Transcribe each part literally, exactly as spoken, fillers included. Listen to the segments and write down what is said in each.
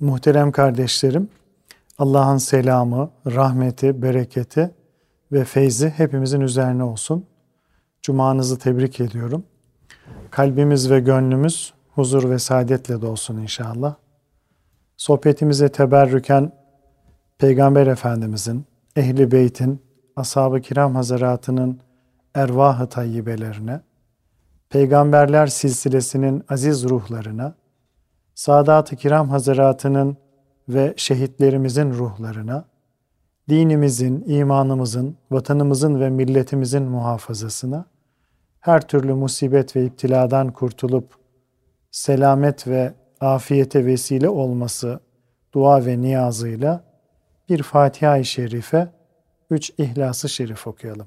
Muhterem kardeşlerim, Allah'ın selamı, rahmeti, bereketi ve feyzi hepimizin üzerine olsun. Cumanızı tebrik ediyorum. Kalbimiz ve gönlümüz huzur ve saadetle dolsun inşallah. Sohbetimize teberrüken Peygamber Efendimizin, Ehl-i Beyt'in, Ashab-ı Kiram Hazaratı'nın ervah-ı tayyibelerine, Peygamberler silsilesinin aziz ruhlarına, Sadat-ı Kiram Hazaratı'nın ve şehitlerimizin ruhlarına, dinimizin, imanımızın, vatanımızın ve milletimizin muhafazasına, her türlü musibet ve iptiladan kurtulup selamet ve afiyete vesile olması dua ve niyazıyla bir Fatiha-i Şerife, üç İhlas-ı Şerif okuyalım.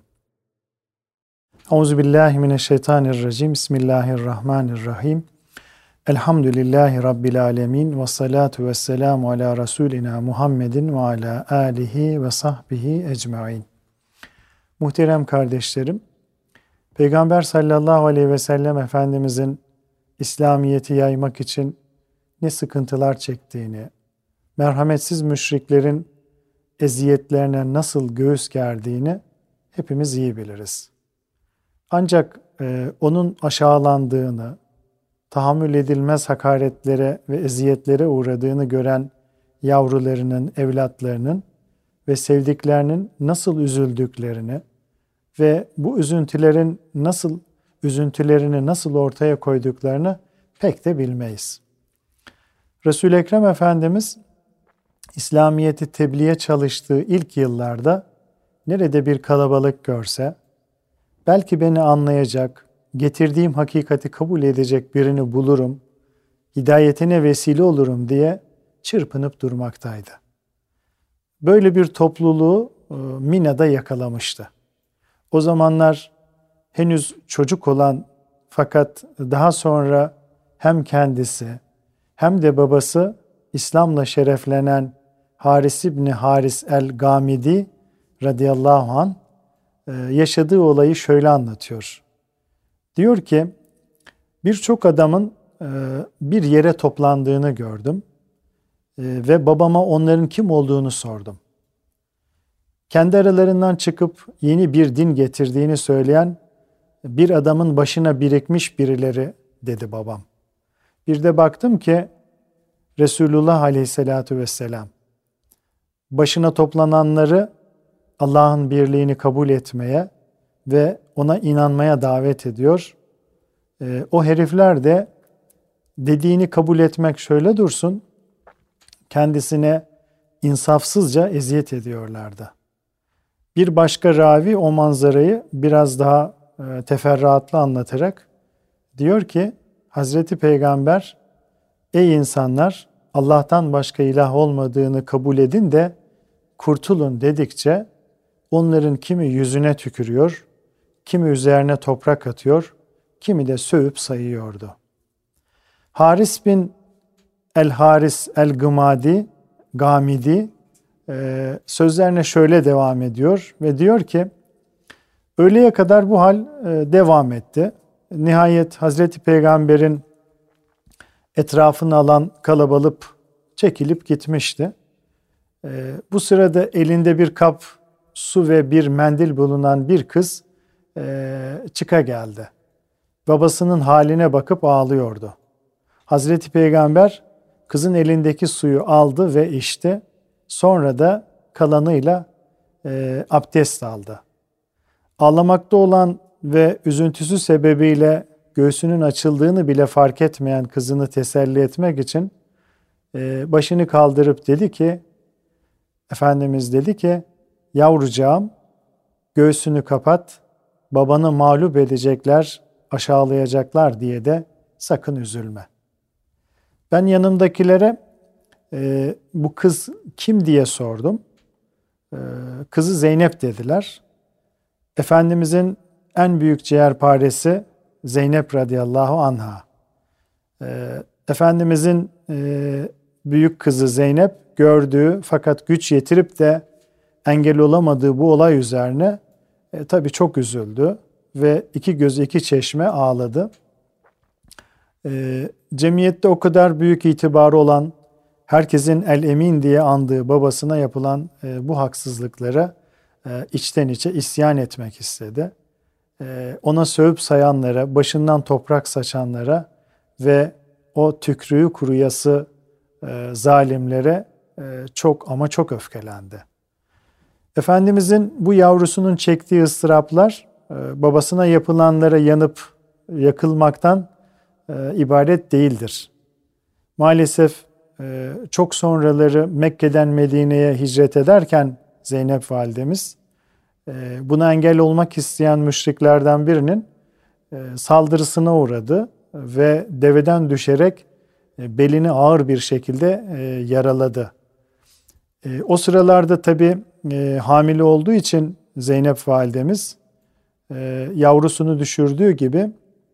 Euzubillahimineşşeytanirracim. Bismillahirrahmanirrahim. Elhamdülillahi Rabbil alemin ve salatu ve selamu ala Resulina Muhammedin ve ala alihi ve sahbihi ecmain. Muhterem kardeşlerim, Peygamber sallallahu aleyhi ve sellem Efendimizin İslamiyet'i yaymak için ne sıkıntılar çektiğini, merhametsiz müşriklerin eziyetlerine nasıl göğüs gerdiğini hepimiz iyi biliriz. Ancak e, onun aşağılandığını, tahammül edilmez hakaretlere ve eziyetlere uğradığını gören yavrularının, evlatlarının ve sevdiklerinin nasıl üzüldüklerini ve bu üzüntülerin nasıl üzüntülerini nasıl ortaya koyduklarını pek de bilmeyiz. Resul-i Ekrem Efendimiz İslamiyet'i tebliğe çalıştığı ilk yıllarda nerede bir kalabalık görse, belki beni anlayacak, getirdiğim hakikati kabul edecek birini bulurum, hidayetine vesile olurum diye çırpınıp durmaktaydı. Böyle bir topluluğu Mina'da yakalamıştı. O zamanlar henüz çocuk olan fakat daha sonra hem kendisi hem de babası İslam'la şereflenen Haris İbni Haris el-Gamidi radıyallahu anh yaşadığı olayı şöyle anlatıyor. Diyor ki, birçok adamın bir yere toplandığını gördüm ve babama onların kim olduğunu sordum. Kendi aralarından çıkıp yeni bir din getirdiğini söyleyen bir adamın başına birikmiş birileri dedi babam. Bir de baktım ki Resulullah aleyhissalatu vesselam başına toplananları Allah'ın birliğini kabul etmeye ve ona inanmaya davet ediyor. E, o herifler de dediğini kabul etmek şöyle dursun, kendisine insafsızca eziyet ediyorlardı. Bir başka ravi o manzarayı biraz daha e, teferruatlı anlatarak diyor ki, Hazreti Peygamber, ey insanlar, Allah'tan başka ilah olmadığını kabul edin de kurtulun dedikçe onların kimi yüzüne tükürüyor, kimi üzerine toprak atıyor, kimi de sövüp sayıyordu. Haris bin el-Haris el-Gımadi, Gamidi e, sözlerine şöyle devam ediyor ve diyor ki, öğleye kadar bu hal e, devam etti. Nihayet Hazreti Peygamber'in etrafını alan kalabalık çekilip gitmişti. E, bu sırada elinde bir kap su ve bir mendil bulunan bir kız e, çıka geldi. Babasının haline bakıp ağlıyordu. Hazreti Peygamber kızın elindeki suyu aldı ve içti. Sonra da kalanıyla e, abdest aldı. Ağlamakta olan ve üzüntüsü sebebiyle göğsünün açıldığını bile fark etmeyen kızını teselli etmek için e, başını kaldırıp dedi ki, Efendimiz dedi ki, yavrucağım göğsünü kapat, babanı mağlup edecekler, aşağılayacaklar diye de sakın üzülme. Ben yanımdakilere e, bu kız kim diye sordum. E, kızı Zeynep dediler. Efendimizin en büyük ciğerparesi Zeynep radıyallahu anha. E, Efendimizin e, büyük kızı Zeynep gördüğü fakat güç yetirip de engel olamadığı bu olay üzerine e, tabii çok üzüldü ve iki gözü iki çeşme ağladı. E, cemiyette o kadar büyük itibarı olan herkesin el-emin diye andığı babasına yapılan e, bu haksızlıklara e, içten içe isyan etmek istedi. E, ona sövüp sayanlara, başından toprak saçanlara ve o tükrüğü kuruyası e, zalimlere e, çok ama çok öfkelendi. Efendimizin bu yavrusunun çektiği ıstıraplar e, babasına yapılanlara yanıp yakılmaktan e, ibaret değildir. Maalesef e, çok sonraları Mekke'den Medine'ye hicret ederken Zeynep validemiz e, buna engel olmak isteyen müşriklerden birinin e, saldırısına uğradı ve deveden düşerek e, belini ağır bir şekilde e, yaraladı. E, o sıralarda tabii e, hamile olduğu için Zeynep validemiz e, yavrusunu düşürdüğü gibi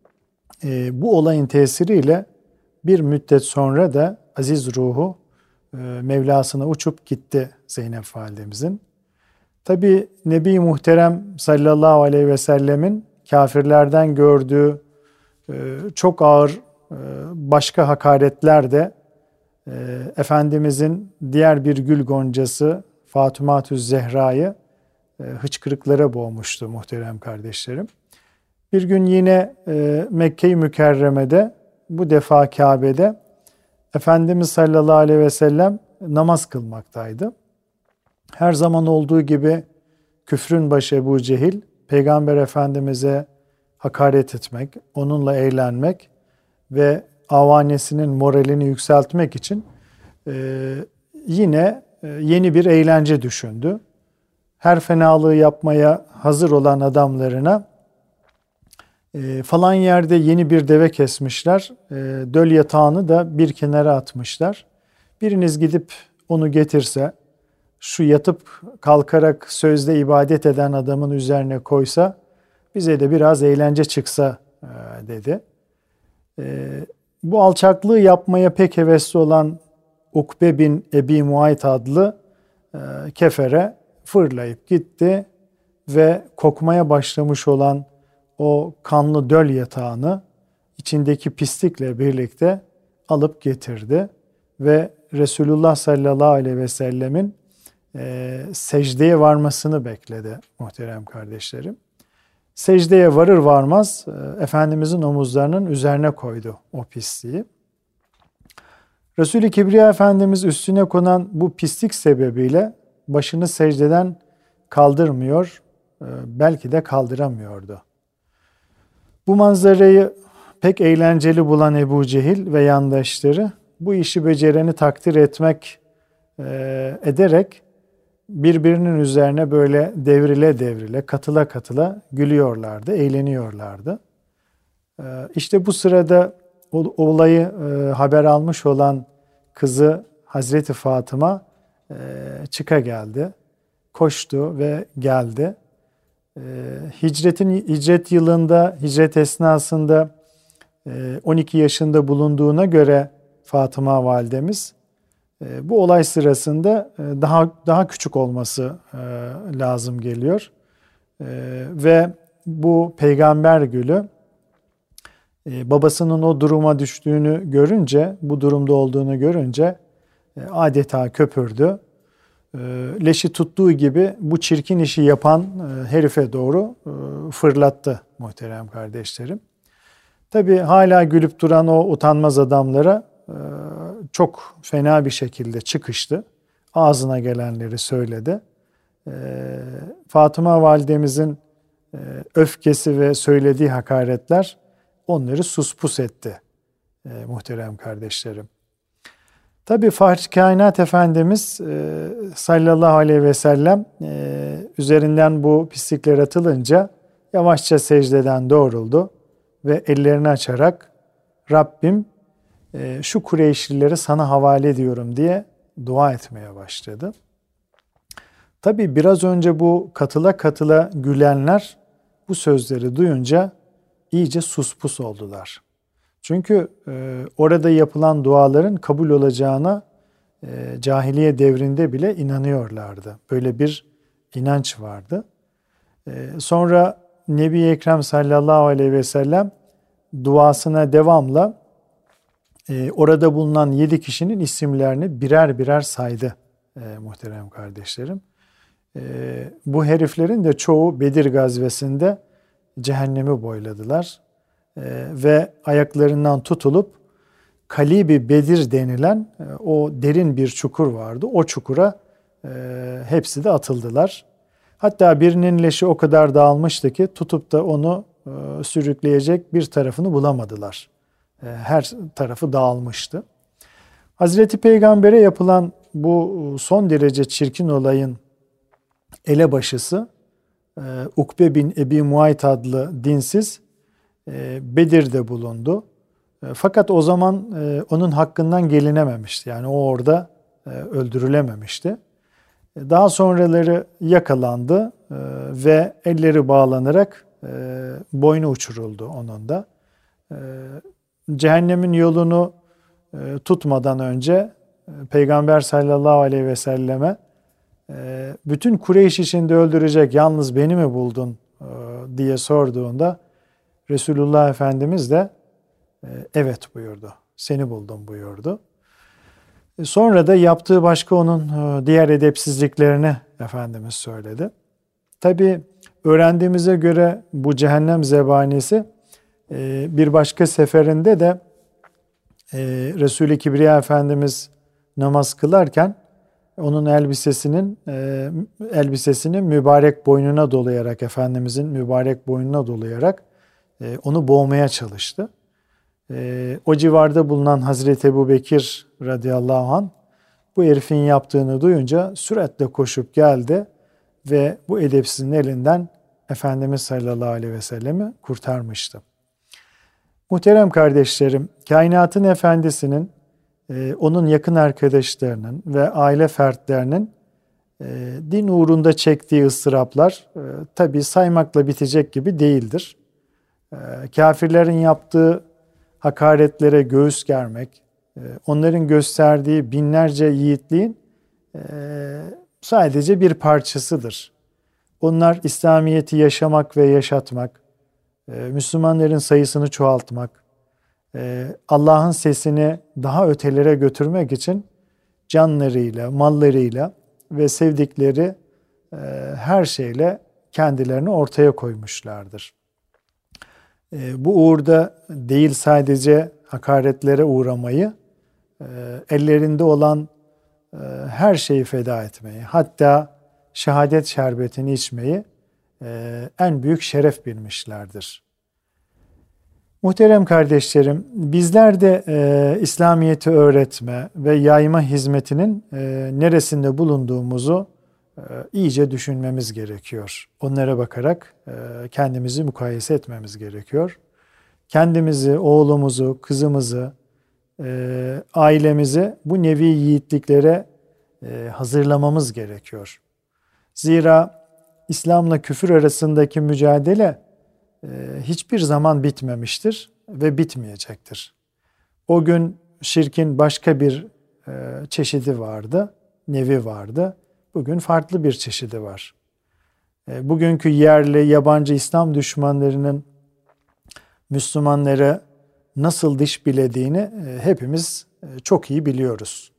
e, bu olayın tesiriyle bir müddet sonra da aziz ruhu e, Mevlasına uçup gitti Zeynep validemizin. Tabi Nebi Muhterem sallallahu aleyhi ve sellemin kafirlerden gördüğü e, çok ağır e, başka hakaretler de e, Efendimizin diğer bir gül goncası Fatıma-tü Zehra'yı e, hıçkırıklara boğmuştu muhterem kardeşlerim. Bir gün yine e, Mekke-i Mükerreme'de, bu defa Kabe'de Efendimiz sallallahu aleyhi ve sellem namaz kılmaktaydı. Her zaman olduğu gibi küfrün başı Ebu Cehil, Peygamber Efendimiz'e hakaret etmek, onunla eğlenmek ve avanesinin moralini yükseltmek için e, yine e, yeni bir eğlence düşündü. Her fenalığı yapmaya hazır olan adamlarına e, falan yerde yeni bir deve kesmişler, e, döl yatağını da bir kenara atmışlar. Biriniz gidip onu getirse, şu yatıp kalkarak sözde ibadet eden adamın üzerine koysa, bize de biraz eğlence çıksa e, dedi. E, bu alçaklığı yapmaya pek hevesli olan Ukbe bin Ebi Muayt adlı e, kefere fırlayıp gitti ve kokmaya başlamış olan o kanlı döl yatağını içindeki pislikle birlikte alıp getirdi ve Resulullah sallallahu aleyhi ve sellemin e, secdeye varmasını bekledi muhterem kardeşlerim. Secdeye varır varmaz e, Efendimizin omuzlarının üzerine koydu o pisliği. Resul-i Kibriya Efendimiz üstüne konan bu pislik sebebiyle başını secdeden kaldırmıyor, e, belki de kaldıramıyordu. Bu manzarayı pek eğlenceli bulan Ebu Cehil ve yandaşları bu işi becereni takdir etmek e, ederek birbirinin üzerine böyle devrile devrile, katıla katıla gülüyorlardı, eğleniyorlardı. E, işte bu sırada o, olayı e, haber almış olan kızı Hazreti Fatıma e, çıka geldi, koştu ve geldi. E, hicretin hicret yılında, hicret esnasında e, on iki yaşında bulunduğuna göre Fatıma validemiz e, bu olay sırasında e, daha daha küçük olması e, lazım geliyor. E, ve bu peygamber gülü e, babasının o duruma düştüğünü görünce, bu durumda olduğunu görünce e, adeta köpürdü. E, leşi tuttuğu gibi bu çirkin işi yapan e, herife doğru e, fırlattı muhterem kardeşlerim. Tabii hala gülüp duran o utanmaz adamlara e, çok fena bir şekilde çıkıştı. Ağzına gelenleri söyledi. E, Fatıma validemizin e, öfkesi ve söylediği hakaretler onları suspus etti e, muhterem kardeşlerim. Tabii Fahri Kainat Efendimiz e, sallallahu aleyhi ve sellem e, üzerinden bu pislikler atılınca yavaşça secdeden doğruldu ve ellerini açarak Rabbim e, şu Kureyşlileri sana havale ediyorum diye dua etmeye başladı. Tabii biraz önce bu katıla katıla gülenler bu sözleri duyunca iyice suspus oldular. Çünkü e, orada yapılan duaların kabul olacağına e, cahiliye devrinde bile inanıyorlardı. Böyle bir inanç vardı. E, sonra Nebi Ekrem sallallahu aleyhi ve sellem duasına devamla e, orada bulunan yedi kişinin isimlerini birer birer saydı e, muhterem kardeşlerim. E, bu heriflerin de çoğu Bedir gazvesinde cehennemi boyladılar. E, ve ayaklarından tutulup Kalibi Bedir denilen e, o derin bir çukur vardı. O çukura e, hepsi de atıldılar. Hatta birinin leşi o kadar dağılmıştı ki tutup da onu e, sürükleyecek bir tarafını bulamadılar. E, her tarafı dağılmıştı. Hazreti Peygamber'e yapılan bu son derece çirkin olayın elebaşısı e, Ukbe bin Ebi Muayt adlı dinsiz e, Bedir'de bulundu. E, fakat o zaman e, onun hakkından gelinememişti. Yani o orada e, öldürülememişti. Daha sonraları yakalandı e, ve elleri bağlanarak e, boynu uçuruldu onun da. E, cehennemin yolunu e, tutmadan önce e, Peygamber sallallahu aleyhi ve selleme e, bütün Kureyş içinde öldürecek yalnız beni mi buldun e, diye sorduğunda Resulullah Efendimiz de e, evet buyurdu. Seni buldum buyurdu. Sonra da yaptığı başka onun diğer edepsizliklerini Efendimiz söyledi. Tabi öğrendiğimize göre bu cehennem zebanisi bir başka seferinde de Resul-i Kibriya Efendimiz namaz kılarken onun elbisesinin elbisesini mübarek boynuna dolayarak Efendimizin mübarek boynuna dolayarak onu boğmaya çalıştı. Ee, o civarda bulunan Hazreti Ebubekir radıyallahu anh bu herifin yaptığını duyunca süratle koşup geldi ve bu edepsizin elinden Efendimiz sallallahu aleyhi ve sellemi kurtarmıştı. Muhterem kardeşlerim, kainatın efendisinin, e, onun yakın arkadaşlarının ve aile fertlerinin e, din uğrunda çektiği ıstıraplar e, tabi saymakla bitecek gibi değildir. E, kafirlerin yaptığı hakaretlere göğüs germek, onların gösterdiği binlerce yiğitliğin sadece bir parçasıdır. Onlar İslamiyet'i yaşamak ve yaşatmak, Müslümanların sayısını çoğaltmak, Allah'ın sesini daha ötelere götürmek için canlarıyla, mallarıyla ve sevdikleri her şeyle kendilerini ortaya koymuşlardır. Bu uğurda değil sadece hakaretlere uğramayı, ellerinde olan her şeyi feda etmeyi, hatta şehadet şerbetini içmeyi en büyük şeref bilmişlerdir. Muhterem kardeşlerim, bizler de İslamiyet'i öğretme ve yayma hizmetinin neresinde bulunduğumuzu iyice düşünmemiz gerekiyor. Onlara bakarak kendimizi mukayese etmemiz gerekiyor. Kendimizi, oğlumuzu, kızımızı, ailemizi bu nevi yiğitliklere hazırlamamız gerekiyor. Zira İslam'la küfür arasındaki mücadele hiçbir zaman bitmemiştir ve bitmeyecektir. O gün şirkin başka bir çeşidi vardı, nevi vardı. Bugün farklı bir çeşidi var. Bugünkü yerli, yabancı İslam düşmanlarının Müslümanları nasıl diş bilediğini hepimiz çok iyi biliyoruz.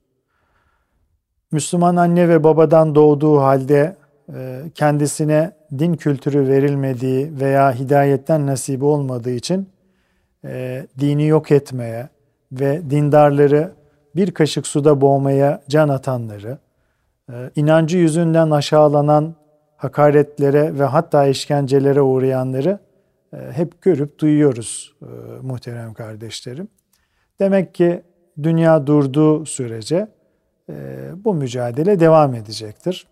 Müslüman anne ve babadan doğduğu halde kendisine din kültürü verilmediği veya hidayetten nasibi olmadığı için dini yok etmeye ve dindarları bir kaşık suda boğmaya can atanları, inancı yüzünden aşağılanan hakaretlere ve hatta işkencelere uğrayanları hep görüp duyuyoruz muhterem kardeşlerim. Demek ki dünya durduğu sürece bu mücadele devam edecektir.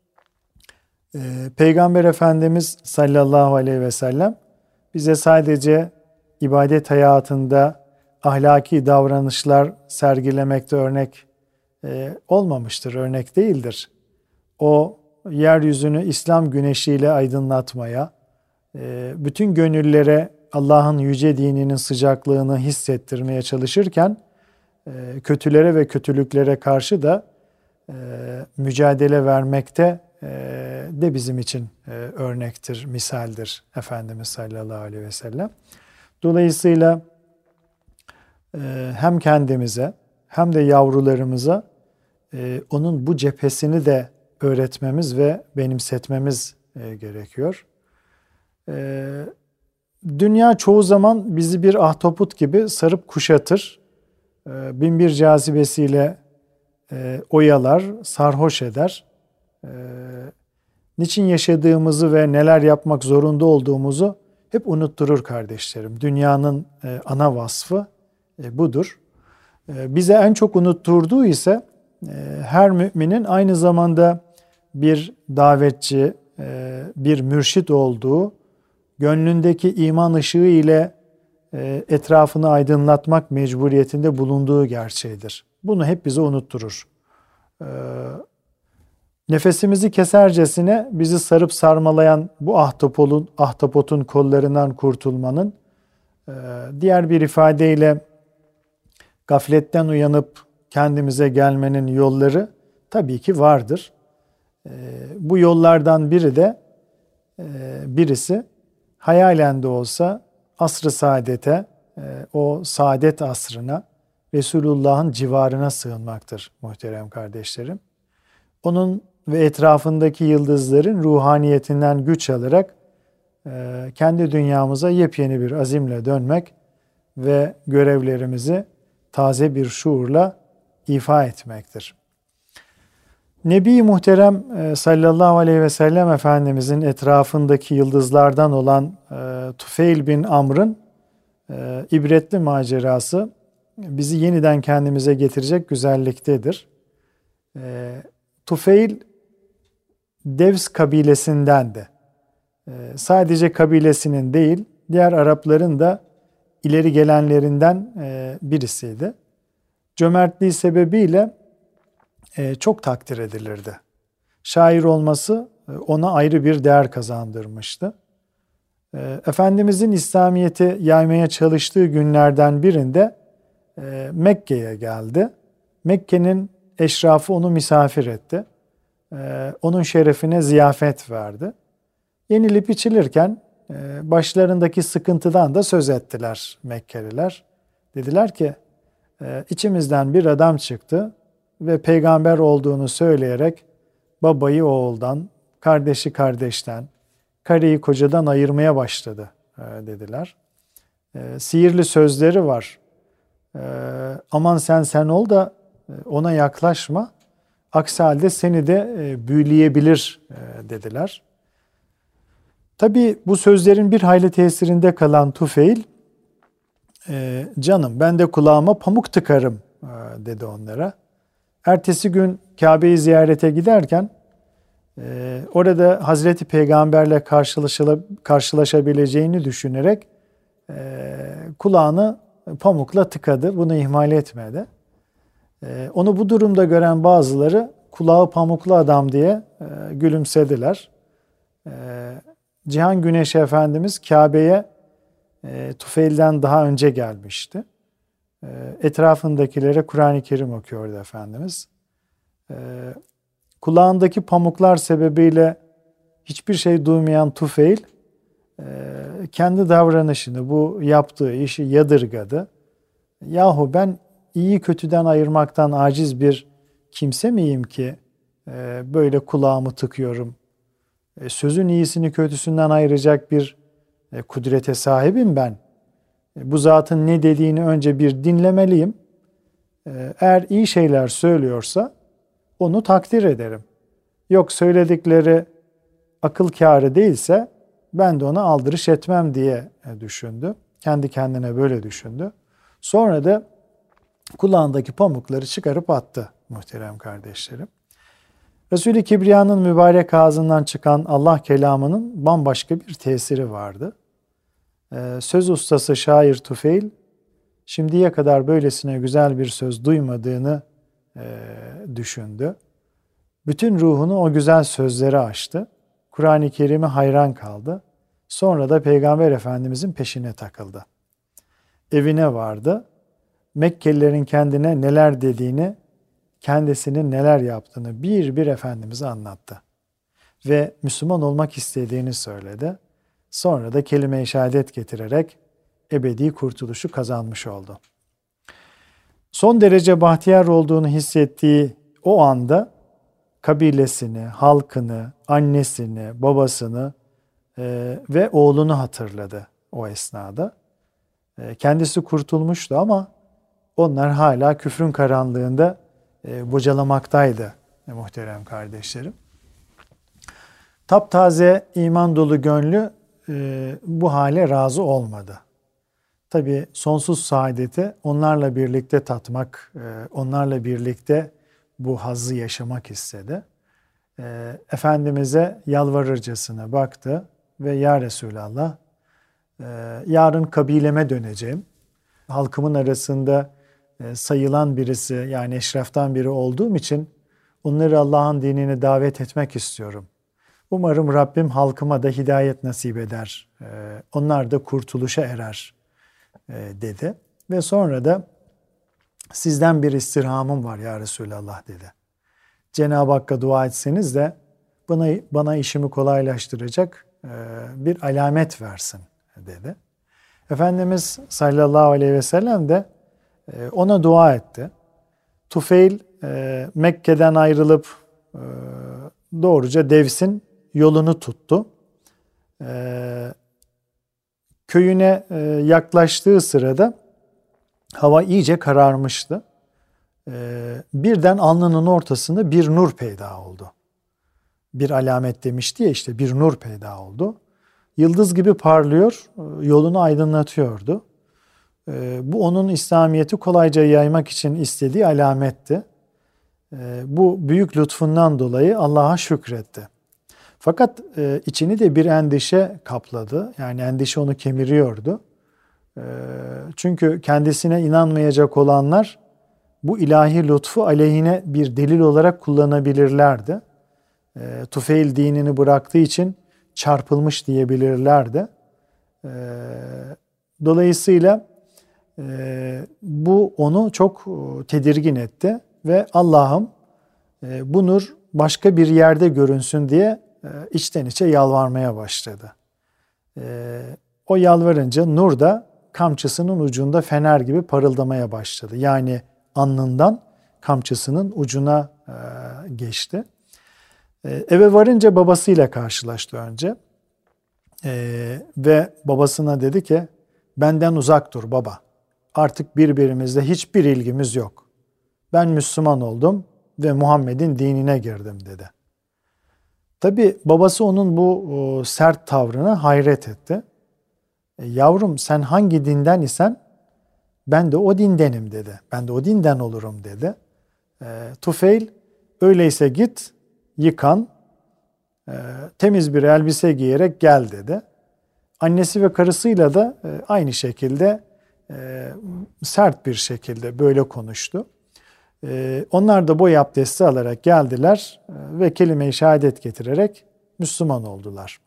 Peygamber Efendimiz sallallahu aleyhi ve sellem bize sadece ibadet hayatında ahlaki davranışlar sergilemekte örnek olmamıştır, örnek değildir. O yeryüzünü İslam güneşiyle aydınlatmaya, bütün gönüllere Allah'ın yüce dininin sıcaklığını hissettirmeye çalışırken kötülere ve kötülüklere karşı da mücadele vermekte de bizim için örnektir, misaldir Efendimiz sallallahu aleyhi ve sellem. Dolayısıyla e, hem kendimize hem de yavrularımıza e, onun bu cephesini de öğretmemiz ve benimsetmemiz e, gerekiyor. E, dünya çoğu zaman bizi bir ahtapot gibi sarıp kuşatır. E, bin bir cazibesiyle e, oyalar, sarhoş eder. E, niçin yaşadığımızı ve neler yapmak zorunda olduğumuzu hep unutturur kardeşlerim. Dünyanın e, ana vasfı e, budur. E, bize en çok unutturduğu ise e, her müminin aynı zamanda bir davetçi, e, bir mürşit olduğu, gönlündeki iman ışığı ile e, etrafını aydınlatmak mecburiyetinde bulunduğu gerçeğidir. Bunu hep bize unutturur. E, Nefesimizi kesercesine bizi sarıp sarmalayan bu ahtapotun, ahtapotun kollarından kurtulmanın, diğer bir ifadeyle gafletten uyanıp kendimize gelmenin yolları tabii ki vardır. Bu yollardan biri de birisi hayalen de olsa asr-ı saadete, o saadet asrına, Resulullah'ın civarına sığınmaktır muhterem kardeşlerim. Onun ve etrafındaki yıldızların ruhaniyetinden güç alarak e, kendi dünyamıza yepyeni bir azimle dönmek ve görevlerimizi taze bir şuurla ifa etmektir. Nebi Muhterem e, sallallahu aleyhi ve sellem Efendimizin etrafındaki yıldızlardan olan e, Tufeil bin Amr'ın e, ibretli macerası bizi yeniden kendimize getirecek güzelliktedir. E, Tufeil Devs kabilesinden de sadece kabilesinin değil diğer Arapların da ileri gelenlerinden birisiydi. Cömertliği sebebiyle çok takdir edilirdi. Şair olması ona ayrı bir değer kazandırmıştı. Efendimizin İslamiyet'i yaymaya çalıştığı günlerden birinde Mekke'ye geldi. Mekke'nin eşrafı onu misafir etti. Ee, onun şerefine ziyafet verdi. Yenilip içilirken e, başlarındaki sıkıntıdan da söz ettiler Mekkeliler. Dediler ki e, içimizden bir adam çıktı ve peygamber olduğunu söyleyerek babayı oğuldan, kardeşi kardeşten, karıyı kocadan ayırmaya başladı e, dediler. E, sihirli sözleri var. E, aman sen sen ol da ona yaklaşma. Aksi halde seni de e, büyüleyebilir e, dediler. Tabii bu sözlerin bir hayli tesirinde kalan Tufeil, e, canım ben de kulağıma pamuk tıkarım e, dedi onlara. Ertesi gün Kabe'yi ziyarete giderken e, orada Hazreti Peygamberle karşılaşabileceğini düşünerek e, kulağını pamukla tıkadı. Bunu ihmal etmedi. Onu bu durumda gören bazıları kulağı pamuklu adam diye e, gülümsediler. E, Cihan Güneşi Efendimiz Kabe'ye e, Tufeil'den daha önce gelmişti. E, etrafındakilere Kur'an-ı Kerim okuyordu Efendimiz. E, kulağındaki pamuklar sebebiyle hiçbir şey duymayan Tufeil e, kendi davranışını, bu yaptığı işi yadırgadı. Yahu ben İyi kötüden ayırmaktan aciz bir kimse miyim ki e, böyle kulağımı tıkıyorum? E, sözün iyisini kötüsünden ayıracak bir e, kudrete sahibim ben. E, bu zatın ne dediğini önce bir dinlemeliyim. E, eğer iyi şeyler söylüyorsa onu takdir ederim. Yok söyledikleri akıl kârı değilse ben de ona aldırış etmem diye e, düşündü. Kendi kendine böyle düşündü. Sonra da kulağındaki pamukları çıkarıp attı muhterem kardeşlerim. Resul-i Kibriya'nın mübarek ağzından çıkan Allah kelamının bambaşka bir tesiri vardı. Ee, söz ustası şair Tufeil, şimdiye kadar böylesine güzel bir söz duymadığını e, düşündü. Bütün ruhunu o güzel sözlere açtı. Kur'an-ı Kerim'e hayran kaldı. Sonra da Peygamber Efendimizin peşine takıldı. Evine vardı. Mekkelilerin kendine neler dediğini, kendisinin neler yaptığını bir bir Efendimiz'e anlattı. Ve Müslüman olmak istediğini söyledi. Sonra da kelime-i şehadet getirerek ebedi kurtuluşu kazanmış oldu. Son derece bahtiyar olduğunu hissettiği o anda kabilesini, halkını, annesini, babasını e, ve oğlunu hatırladı o esnada. E, kendisi kurtulmuştu ama onlar hala küfrün karanlığında e, bocalamaktaydı e, muhterem kardeşlerim. Taptaze iman dolu gönlü e, bu hale razı olmadı. Tabii sonsuz saadeti onlarla birlikte tatmak, e, onlarla birlikte bu hazzı yaşamak istedi. E, Efendimiz'e yalvarırcasına baktı ve ya Resulallah, e, yarın kabileme döneceğim. Halkımın arasında e, sayılan birisi, yani eşraftan biri olduğum için onları Allah'ın dinine davet etmek istiyorum. Umarım Rabbim halkıma da hidayet nasip eder. E, onlar da kurtuluşa erer e, dedi. Ve sonra da sizden bir istirhamım var ya Resulallah dedi. Cenab-ı Hakk'a dua etseniz de bana, bana işimi kolaylaştıracak e, bir alamet versin dedi. Efendimiz sallallahu aleyhi ve sellem de e, ona dua etti. Tufeil e, Mekke'den ayrılıp e, doğruca Devs'in yolunu tuttu. E, köyüne e, yaklaştığı sırada hava iyice kararmıştı. E, birden alnının ortasında bir nur peyda oldu. Bir alamet demişti ya, işte bir nur peyda oldu. Yıldız gibi parlıyor, yolunu aydınlatıyordu. E, bu onun İslamiyet'i kolayca yaymak için istediği alametti. E, bu büyük lütfundan dolayı Allah'a şükretti. Fakat e, içini de bir endişe kapladı. Yani endişe onu kemiriyordu. E, çünkü kendisine inanmayacak olanlar bu ilahi lütfu aleyhine bir delil olarak kullanabilirlerdi. E, Tufeil dinini bıraktığı için çarpılmış diyebilirlerdi. E, dolayısıyla e, bu onu çok tedirgin etti ve Allah'ım e, bu nur başka bir yerde görünsün diye e, içten içe yalvarmaya başladı. E, o yalvarınca nur da kamçısının ucunda fener gibi parıldamaya başladı. Yani alnından kamçısının ucuna e, geçti. E, eve varınca babasıyla karşılaştı önce. E, ve babasına dedi ki, benden uzak dur baba. Artık birbirimizle hiçbir ilgimiz yok. Ben Müslüman oldum ve Muhammed'in dinine girdim dedi. Tabi babası onun bu o, sert tavrına hayret etti. E, yavrum sen hangi dinden isen ben de o dindenim dedi. Ben de o dinden olurum dedi. E, Tufeil öyleyse git yıkan, e, temiz bir elbise giyerek gel dedi. Annesi ve karısıyla da e, aynı şekilde e, sert bir şekilde böyle konuştu. E, onlar da boy abdesti alarak geldiler e, ve kelime-i şehadet getirerek Müslüman oldular.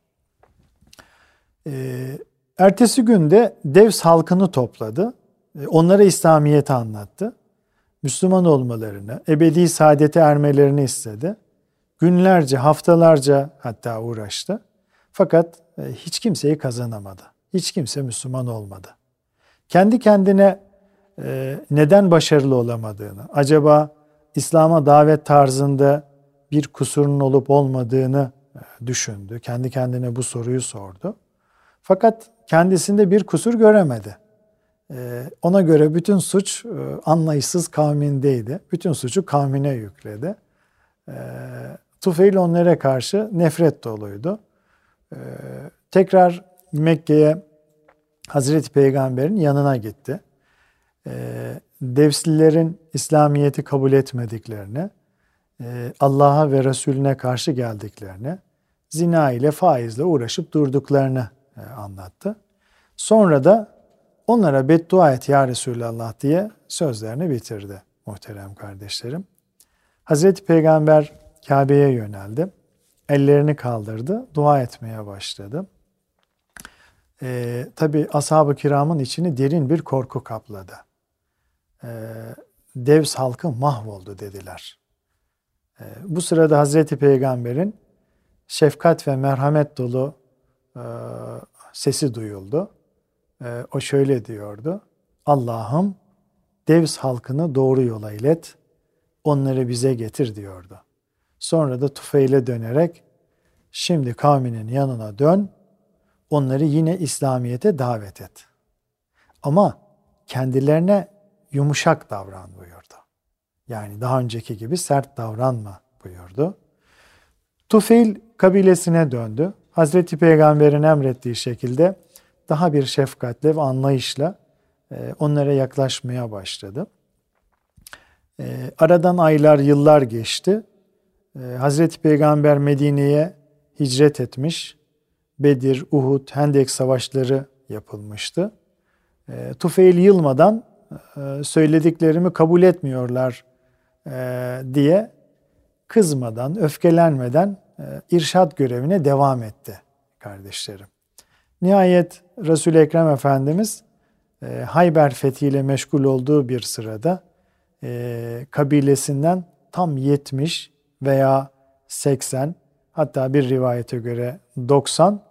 E, ertesi günde Devs halkını topladı. E, onlara İslamiyet'i anlattı. Müslüman olmalarını, ebedi saadete ermelerini istedi. Günlerce, haftalarca hatta uğraştı. Fakat e, hiç kimseyi kazanamadı. Hiç kimse Müslüman olmadı. Kendi kendine e, neden başarılı olamadığını, acaba İslam'a davet tarzında bir kusurun olup olmadığını e, düşündü. Kendi kendine bu soruyu sordu. Fakat kendisinde bir kusur göremedi. E, ona göre bütün suç e, anlayışsız kavmindeydi. Bütün suçu kavmine yükledi. E, Tufeil onlara karşı nefret doluydu. Ee, tekrar Mekke'ye Hazreti Peygamber'in yanına gitti. Ee, Devslilerin İslamiyet'i kabul etmediklerini, e, Allah'a ve Resulüne karşı geldiklerini, zina ile faizle uğraşıp durduklarını e, anlattı. Sonra da onlara beddua et ya Resulallah diye sözlerini bitirdi muhterem kardeşlerim. Hazreti Peygamber Kabe'ye yöneldi. Ellerini kaldırdı, dua etmeye başladı. Ee, Tabi ashab-ı kiramın içini derin bir korku kapladı. Ee, Devs halkı mahvoldu dediler. Ee, bu sırada Hazreti Peygamber'in şefkat ve merhamet dolu e, sesi duyuldu. E, o şöyle diyordu: Allah'ım Devs halkını doğru yola ilet, onları bize getir diyordu. Sonra da Tufeil'e dönerek, şimdi kavminin yanına dön, onları yine İslamiyet'e davet et. Ama kendilerine yumuşak davran buyurdu. Yani daha önceki gibi sert davranma buyurdu. Tufeil kabilesine döndü. Hazreti Peygamber'in emrettiği şekilde daha bir şefkatle ve anlayışla onlara yaklaşmaya başladı. Aradan aylar, yıllar geçti. Hazreti Peygamber Medine'ye hicret etmiş. Bedir, Uhud, Hendek savaşları yapılmıştı. Tufeil yılmadan söylediklerimi kabul etmiyorlar diye kızmadan, öfkelenmeden irşad görevine devam etti kardeşlerim. Nihayet Resul-i Ekrem Efendimiz Hayber fethiyle meşgul olduğu bir sırada kabilesinden tam yetmiş veya seksen, hatta bir rivayete göre doksan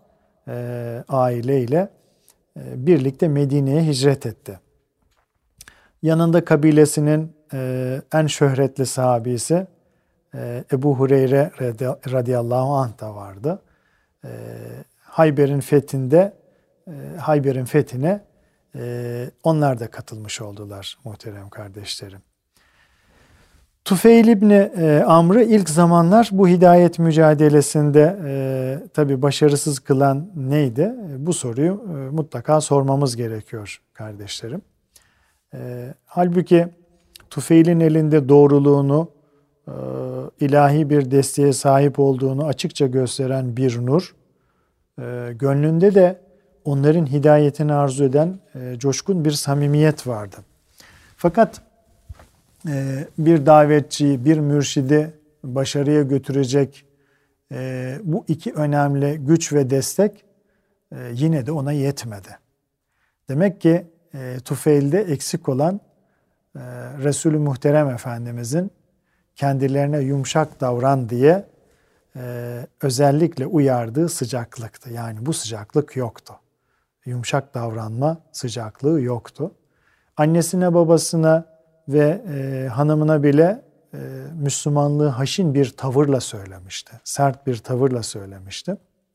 aileyle birlikte Medine'ye hicret etti. Yanında kabilesinin en şöhretli sahabisi Ebu Hureyre radıyallahu anh da vardı. Hayber'in fethinde, Hayber'in fethine onlar da katılmış oldular muhterem kardeşlerim. Tufeil İbni Amr'ı ilk zamanlar bu hidayet mücadelesinde e, tabi başarısız kılan neydi? Bu soruyu e, mutlaka sormamız gerekiyor kardeşlerim. E, halbuki Tufeil'in elinde doğruluğunu, e, ilahi bir desteğe sahip olduğunu açıkça gösteren bir nur, e, gönlünde de onların hidayetini arzu eden e, coşkun bir samimiyet vardı. Fakat bir davetçiyi, bir mürşidi başarıya götürecek bu iki önemli güç ve destek yine de ona yetmedi. Demek ki Tufeil'de eksik olan Resul-i Muhterem Efendimizin kendilerine yumuşak davran diye özellikle uyardığı sıcaklıktı. Yani bu sıcaklık yoktu. Yumuşak davranma sıcaklığı yoktu. Annesine, babasına ve e, hanımına bile e, Müslümanlığı haşin bir tavırla söylemişti. Sert bir tavırla söylemişti.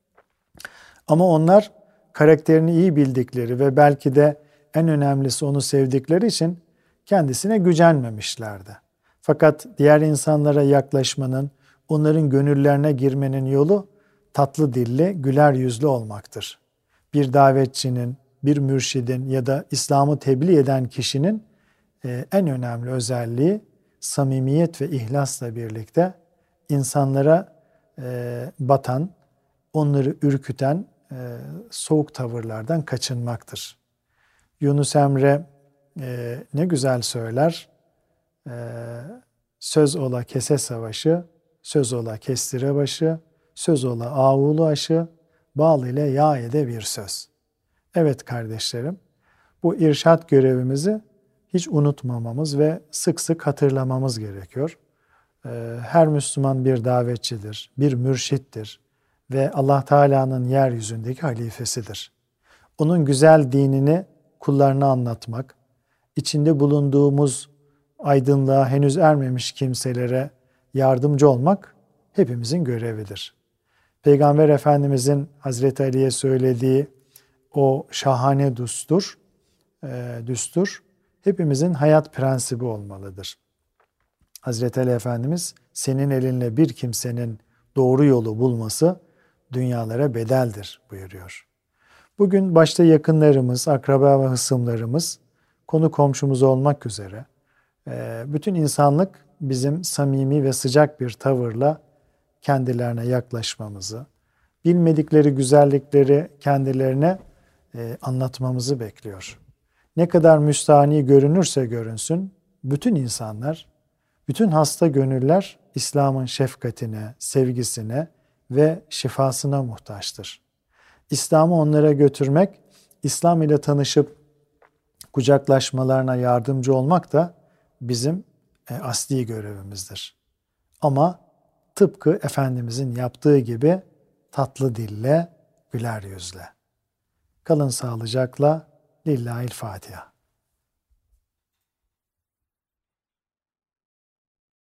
Ama onlar karakterini iyi bildikleri ve belki de en önemlisi onu sevdikleri için kendisine gücenmemişlerdi. Fakat diğer insanlara yaklaşmanın, onların gönüllerine girmenin yolu tatlı dilli, güler yüzlü olmaktır. Bir davetçinin, bir mürşidin ya da İslam'ı tebliğ eden kişinin en önemli özelliği samimiyet ve ihlasla birlikte insanlara batan, onları ürküten soğuk tavırlardan kaçınmaktır. Yunus Emre ne güzel söyler, söz ola kese savaşı, söz ola kestire başı, söz ola ağulu aşı, bal ile yağ ede bir söz. Evet kardeşlerim, bu irşad görevimizi hiç unutmamamız ve sık sık hatırlamamız gerekiyor. Her Müslüman bir davetçidir, bir mürşittir ve Allah Teala'nın yeryüzündeki halifesidir. Onun güzel dinini kullarına anlatmak, içinde bulunduğumuz aydınlığa henüz ermemiş kimselere yardımcı olmak hepimizin görevidir. Peygamber Efendimizin Hazreti Ali'ye söylediği o şahane düstur, e, düstur hepimizin hayat prensibi olmalıdır. Hazreti Ali Efendimiz, senin elinle bir kimsenin doğru yolu bulması dünyalara bedeldir buyuruyor. Bugün başta yakınlarımız, akraba ve hısımlarımız, konu komşumuz olmak üzere bütün insanlık bizim samimi ve sıcak bir tavırla kendilerine yaklaşmamızı, bilmedikleri güzellikleri kendilerine anlatmamızı bekliyor. Ne kadar müstahni görünürse görünsün, bütün insanlar, bütün hasta gönüller İslam'ın şefkatine, sevgisine ve şifasına muhtaçtır. İslam'ı onlara götürmek, İslam ile tanışıp kucaklaşmalarına yardımcı olmak da bizim e, asli görevimizdir. Ama tıpkı Efendimizin yaptığı gibi tatlı dille, güler yüzle. Kalın sağlıcakla. Lillahil Fatiha.